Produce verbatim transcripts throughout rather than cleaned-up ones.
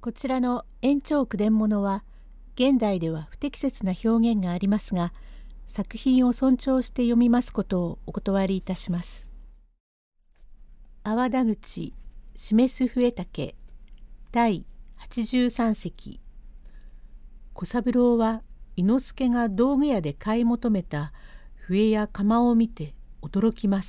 こちらの延長句伝物は現代では不適切な表現がありますが、作品を尊重して読みますことをお断りいたします。阿波田口示す笛竹第はちじゅうさん席。小三郎は伊之助が道具屋で買い求めた笛や鎌を見て驚きます。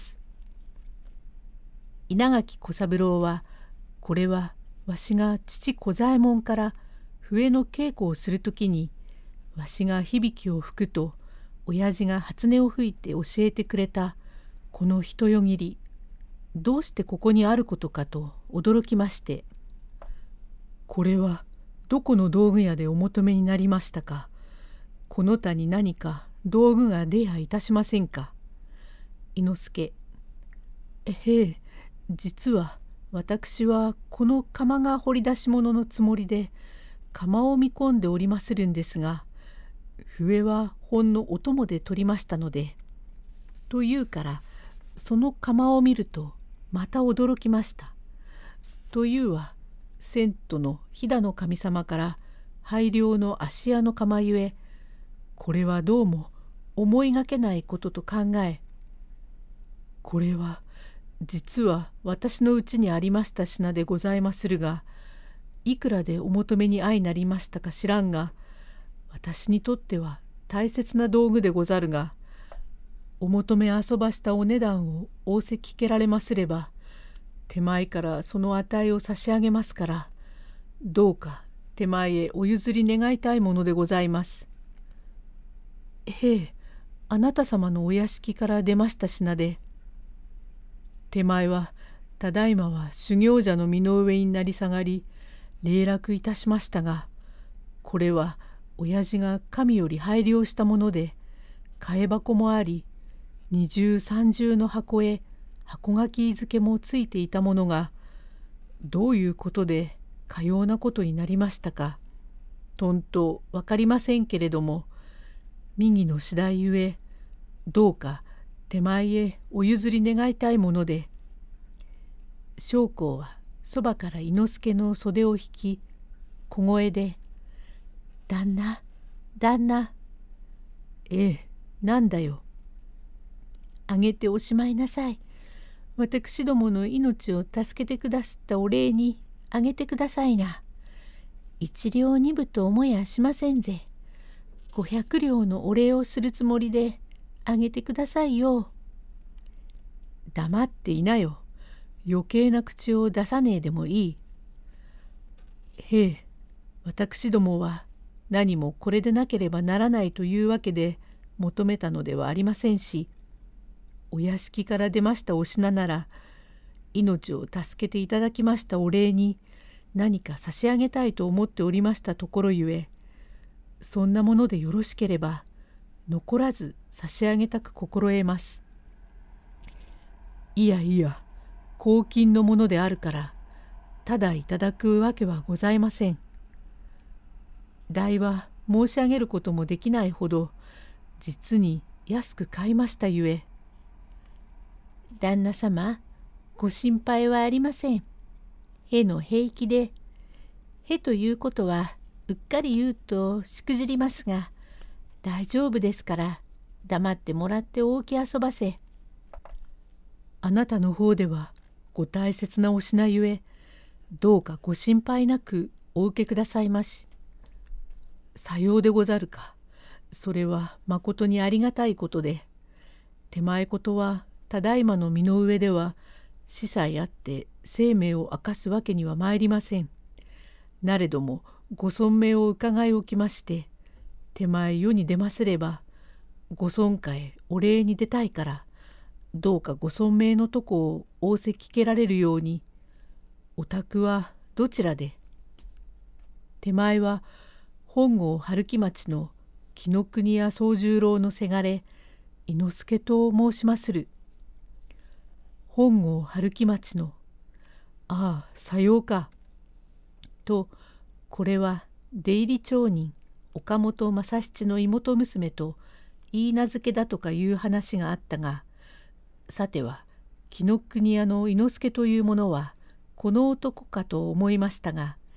稲垣小三郎は、これはわしが父小左衛門から笛の稽古をするときに、わしが響きを吹くと親父が初音を吹いて教えてくれたこの人よぎり、どうしてここにあることかと驚きまして、これはどこの道具屋でお求めになりましたか。この他に何か道具が出やいたしませんか。伊之助、えへえ、実は私はこの釜が掘り出し物のつもりで釜を見込んでおりまするんですが、笛はほんのお供で取りましたので。と言うから、その釜を見るとまた驚きました。というは、遷都の飛騨の神様から拝領の芦屋の釜ゆえ、これはどうも思いがけないことと考え、これは実は私のうちにありました品でございまするが、いくらでお求めに相なりましたか知らんが、私にとっては大切な道具でござるが、お求め遊ばしたお値段を仰せ聞けられますれば、手前からその値を差し上げますから、どうか手前へお譲り願いたいものでございます。へえ、あなた様のお屋敷から出ました品で、手前はただいまは修行者の身の上になり下がり礼楽いたしましたが、これは親父が神より拝領したもので、替え箱もあり、二重三重の箱へ箱書き付けもついていたものが、どういうことでかようなことになりましたか、とんと分かりませんけれども、右の次第ゆえ、どうか手前へお譲り願いたいもので。将校はそばから伊之助の袖を引き、小声で、旦那、旦那。ええ、なんだよ。あげておしまいなさい。私どもの命を助けてくだすったお礼にあげてくださいな。一両二分と思いやしませんぜ。五百両のお礼をするつもりであげてくださいよ。黙っていなよ。余計な口を出さねえでもいい。へえ、私どもは何もこれでなければならないというわけで求めたのではありませんし、お屋敷から出ましたお品なら、命を助けていただきましたお礼に何か差し上げたいと思っておりましたところゆえ、そんなものでよろしければ残らず差し上げたく心得ます。いやいや、公金のものであるからただいただくわけはございません。代は申し上げることもできないほど実に安く買いましたゆえ。旦那様、ご心配はありません。への平気で、へということはうっかり言うとしくじりますが、大丈夫ですから黙ってもらっておき遊ばせ。あなたの方ではご大切なお品ゆえ、どうかご心配なくお受けくださいまし。さようでござるか。それはまことにありがたいことで、手前ことはただいまの身の上では死さえあって生命を明かすわけには参りません。なれどもご尊命を伺いおきまして、手前世に出ますればご尊家へお礼に出たいから、どうかご尊命のとこを仰せ聞けられるように。お宅はどちらで。手前は本郷春木町の紀ノ国屋宗十郎のせがれ伊之助と申しまする。本郷春木町の。ああ、さようか。と、これは出入り町人岡本正七の妹娘と言い名付けだとかいう話があったが、さては紀ノ国屋の伊之助というものはこの男かと思いましたが、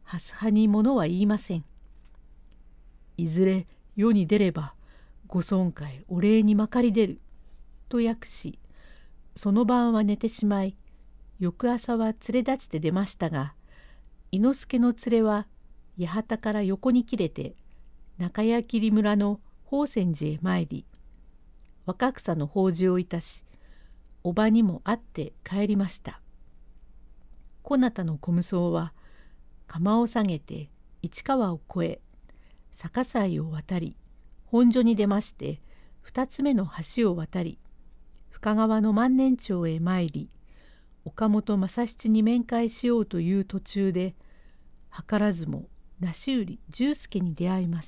はすはにものは言いません。いずれ世に出ればご損壊お礼にまかり出ると訳し、その晩は寝てしまい、翌朝は連れ立ちて出ましたが、伊之助の連れは八幡から横に切れて中谷切村の宝泉寺へ参り、若草の法事をいたし、おばにも会って帰りました。こなたの小無双は釜を下げて市川を越え、逆西を渡り、本所に出まして二つ目の橋を渡り、深川の万年町へ参り、岡本正七に面会しようという途中で、図らずも梨売重助に出会います。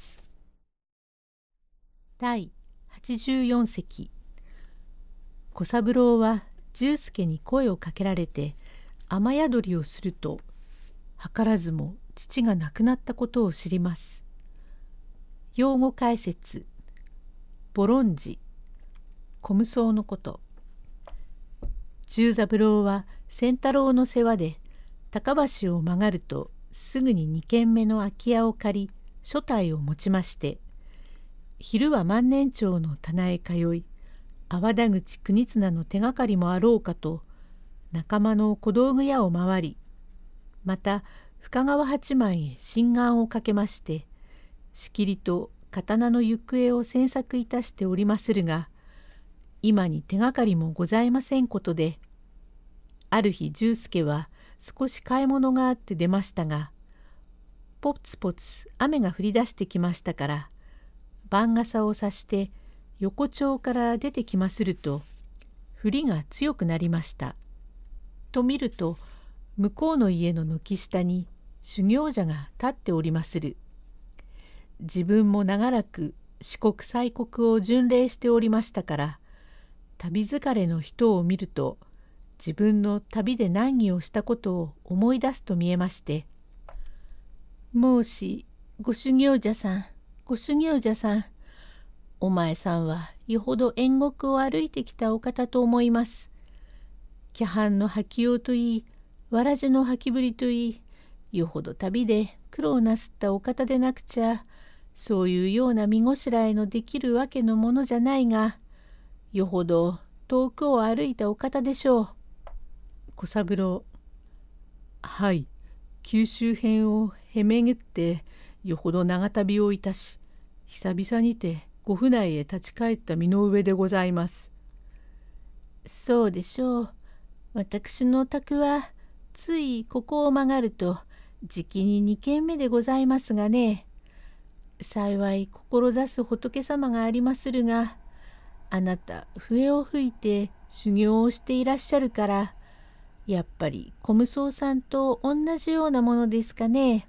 だいはちじゅうよん席。小三郎は重助に声をかけられて雨宿りをすると、図らずも父が亡くなったことを知ります。用語解説。ボロンジ、小無双のこと。重三郎は仙太郎の世話で高橋を曲がるとすぐに二軒目の空き家を借り所帯を持ちまして、昼は万年町の棚へ通い、粟田口国綱の手がかりもあろうかと仲間の小道具屋を回り、また深川八幡へ心眼をかけまして、しきりと刀の行方を詮索いたしておりまするが、今に手がかりもございませんことで、ある日重助は少し買い物があって出ましたが、ぽつぽつ雨が降り出してきましたから、番傘をさして横丁から出てきますると、降りが強くなりました。と見ると、向こうの家の軒下に修行者が立っておりまする。自分も長らく四国西国を巡礼しておりましたから、旅疲れの人を見ると、自分の旅で難儀をしたことを思い出すと見えまして、申し、ご修行者さん、ご修行者さん、お前さんはよほど縁国を歩いてきたお方と思います。キャハンの履きようといい、わらじの履きぶりといい、よほど旅で苦労なすったお方でなくちゃ、そういうような身ごしらえのできるわけのものじゃないが、よほど遠くを歩いたお方でしょう。小三郎、はい、九州編をへめぐってよほど長旅をいたし、久々にてご府内へ立ち返った身の上でございます。そうでしょう。私の宅はついここを曲がるとじきに二軒目でございますがね。幸い志す仏様がありまするが、あなた笛を吹いて修行をしていらっしゃるから、やっぱり小無双さんと同じようなものですかね。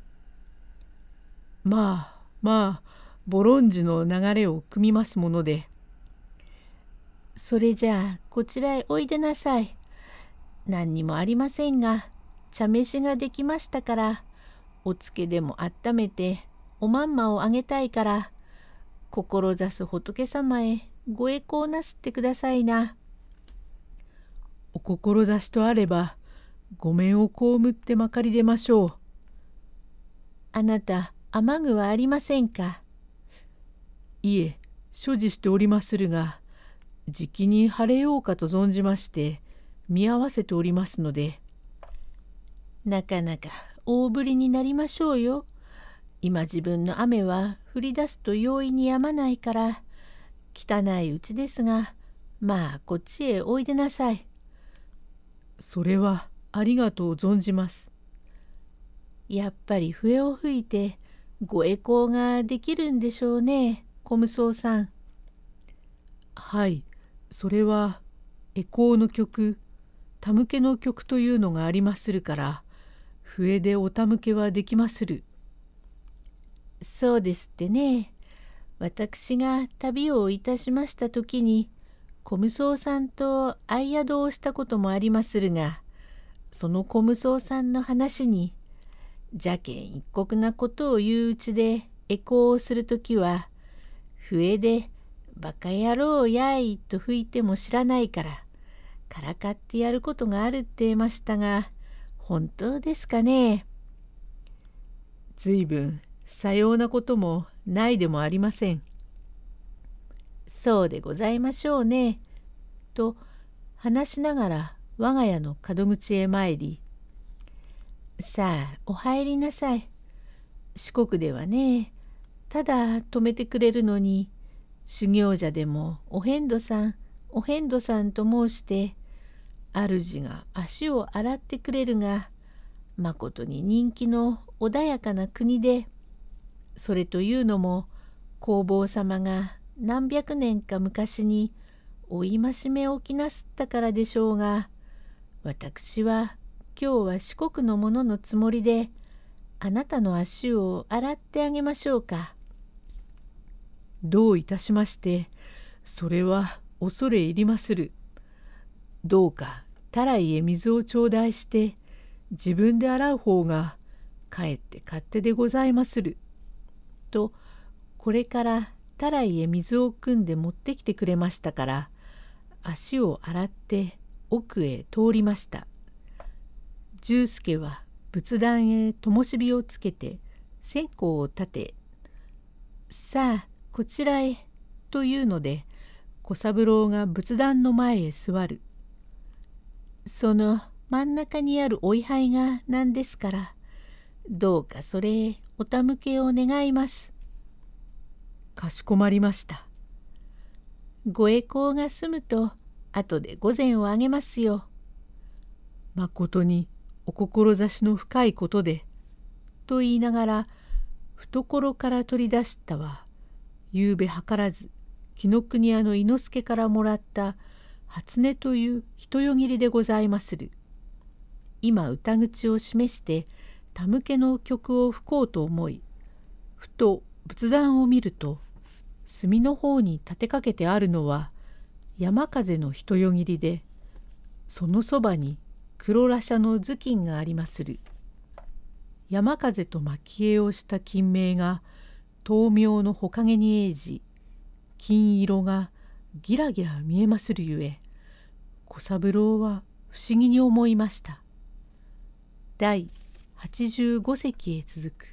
まあまあ、ボロンジの流れを組みますもので。それじゃあこちらへおいでなさい。何にもありませんが、茶飯ができましたから、おつけでも温めておまんまをあげたいから、志す仏様へご栄光なすってくださいな。お志とあれば、ごめんを被ってまかり出ましょう。あなた、雨具はありませんか。いえ、所持しておりまするが、じきに晴れようかと存じまして、見合わせておりますので。なかなか大降りになりましょうよ。今自分の雨は降り出すと容易に止まないから、汚いうちですが、まあこっちへおいでなさい。それはありがとう存じます。やっぱり笛を吹いてご栄光ができるんでしょうね、小無双さん。はい、それは回向の曲、手向けの曲というのがありまするから、笛でお手向けはできまする。そうですってね。私が旅をいたしました時に、小無双さんと相宿をしたこともありまするが、その小無双さんの話に、邪険一国なことを言ううちで回向をするときは、笛でバカ野郎やいと吹いても知らないから、からかってやることがあるって言いましたが、本当ですかね。 ずいぶんさようなこともないでもありません。そうでございましょうね。と話しながら我が家の門口へ参り、さあお入りなさい。四国ではね、ただ泊めてくれるのに、修行者でもお遍路さん、お遍路さんと申して、主が足を洗ってくれるが、まことに人気の穏やかな国で、それというのも弘法様が何百年か昔にお戒めを起きなすったからでしょうが、私は今日は四国の者のつもりで、あなたの足を洗ってあげましょうか。どういたしまして、それは恐れ入りまする。どうかたらいへ水を頂戴して、自分で洗う方がかえって勝手でございまする。と、これからたらいへ水を汲んで持ってきてくれましたから、足を洗って奥へ通りました。重助は仏壇へ灯火をつけて線香を立て、さあこちらへというので、小三郎が仏壇の前へ座る。その真ん中にあるお位牌が何ですから、どうかそれへお手向けを願います。かしこまりました。ご栄光が済むと、後で御膳をあげますよ。まことにお志の深いことで、と言いながら、懐から取り出したは、ゆうべ計らず、紀ノ国屋の伊之助からもらった初音という人よぎりでございまする。今歌口を示して手向けの曲を吹こうと思い、ふと仏壇を見ると、隅の方に立てかけてあるのは山風の人よぎりで、そのそばに黒羅車の頭巾がありまする。山風と蒔絵をした金名が灯明のほかげに映じ、金色がギラギラ見えまするゆえ、小三郎は不思議に思いました。第はちじゅうご席へ続く。